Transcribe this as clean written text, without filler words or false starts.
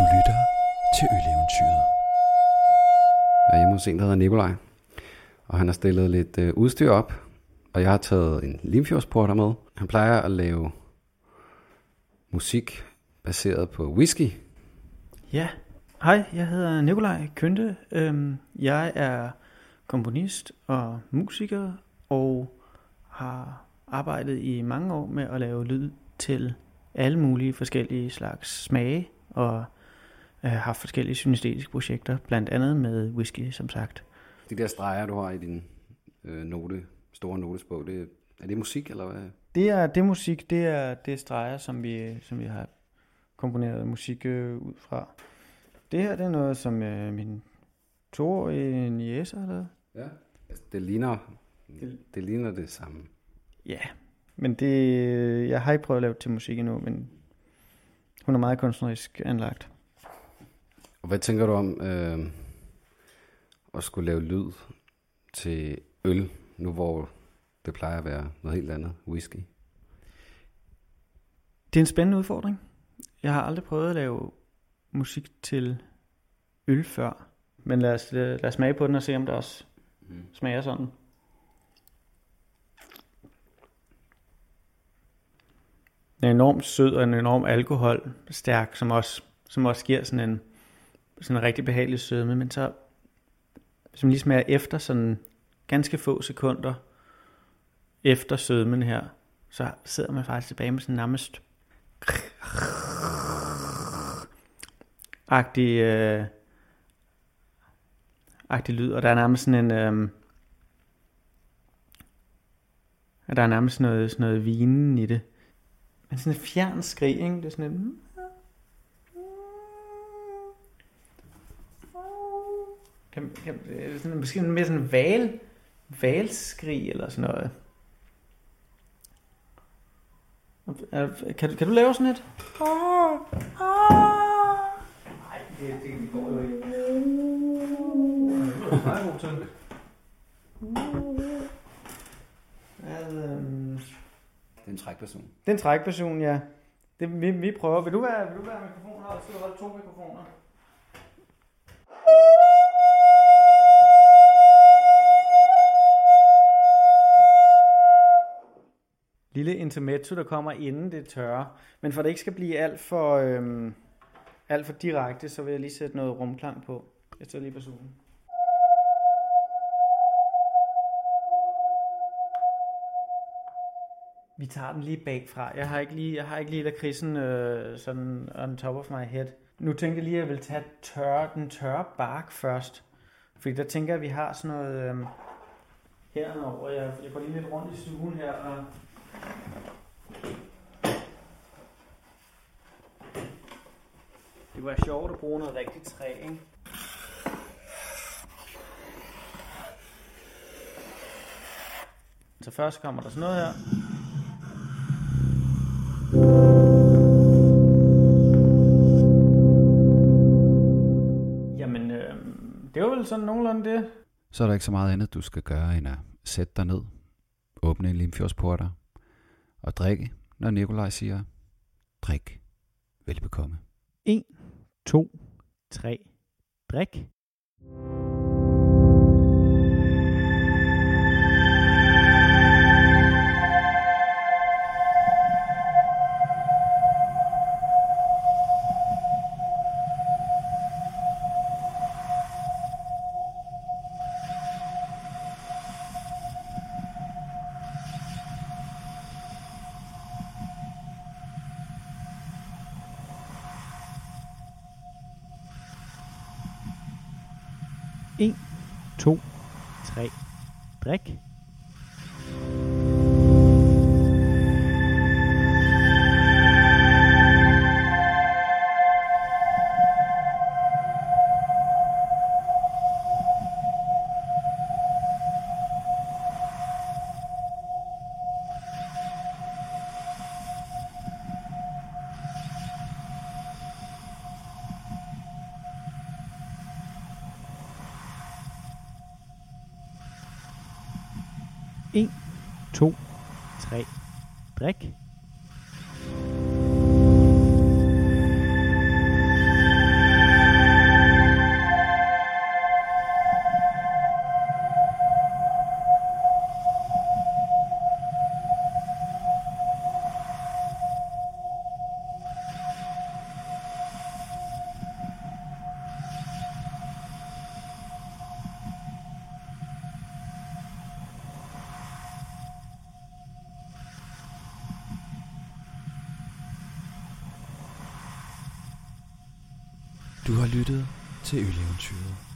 lytter til Øleventyret. Jeg er hjemme hos en, der hedder Nikolaj, og han har stillet lidt udstyr op, og jeg har taget en Limfjordsporter med. Han plejer at lave musik baseret på whisky. Ja, hej, jeg hedder Nikolaj Kynte. Jeg er komponist og musiker, og har arbejdet i mange år med at lave lyd til alle mulige forskellige slags smage, og har haft forskellige synestetiske projekter, blandt andet med whisky, som sagt. De der streger, du har i din store notesbog, er det musik, eller hvad? Det er musik, det er streger, som vi har komponeret musik ud fra. Det her, det er noget, som min 2-årige niece har lavet. Ja, altså, det ligner det samme. Ja, men jeg har ikke prøvet at lave det til musik endnu, men hun er meget kunstnerisk anlagt. Og hvad tænker du om at skulle lave lyd til øl, nu hvor det plejer at være noget helt andet, whisky? Det er en spændende udfordring. Jeg har aldrig prøvet at lave musik til øl før, men lad os smage på den og se, om det også smager sådan. Den er enormt sød og en enorm alkoholstærk, som også giver sådan en rigtig behagelig sødme, men så som lige smager efter sådan ganske få sekunder efter sødmen her, så sidder man faktisk tilbage med sådan nærmest agtig lyd, og der er nærmest sådan en der er nærmest sådan noget vinen i det. Men sådan en fjern skrig, ikke? Det er sådan en sådan måske mere sådan en valskrig eller sådan noget. Kan du lave sådan et? Nej, det går jo ikke. Det er meget god tønk. Det er en trækperson. Det er en trækperson, ja. Vi prøver. Vil du være mikrofoner, eller skal du holde 2 mikrofoner? Lille intermezzo, der kommer inden det tørre. Men for det ikke skal blive alt for direkte, så vil jeg lige sætte noget rumklang på. Jeg tager lige personen. Vi tager den lige bagfra. Jeg har ikke lige lakridsen sådan on top of my head. Nu tænker jeg lige, at jeg vil tage den tørre bark først. Fordi der tænker jeg, at vi har sådan noget hernede. Jeg går lige lidt rundt i stuen her. Og det var sjovt at bruge noget rigtigt træ, ikke? Så først kommer der sådan noget her. Jamen, det var vel sådan nogenlunde det. Så er der ikke så meget andet, du skal gøre, end at sætte dig ned, åbne en Limfjordsporter og drikke, når Nikolaj siger, drik, velbekomme. 1, 2, 3, drik. En, 2, 3, drik. En, 2, 3, drik. Du har lyttet til Øleventyret.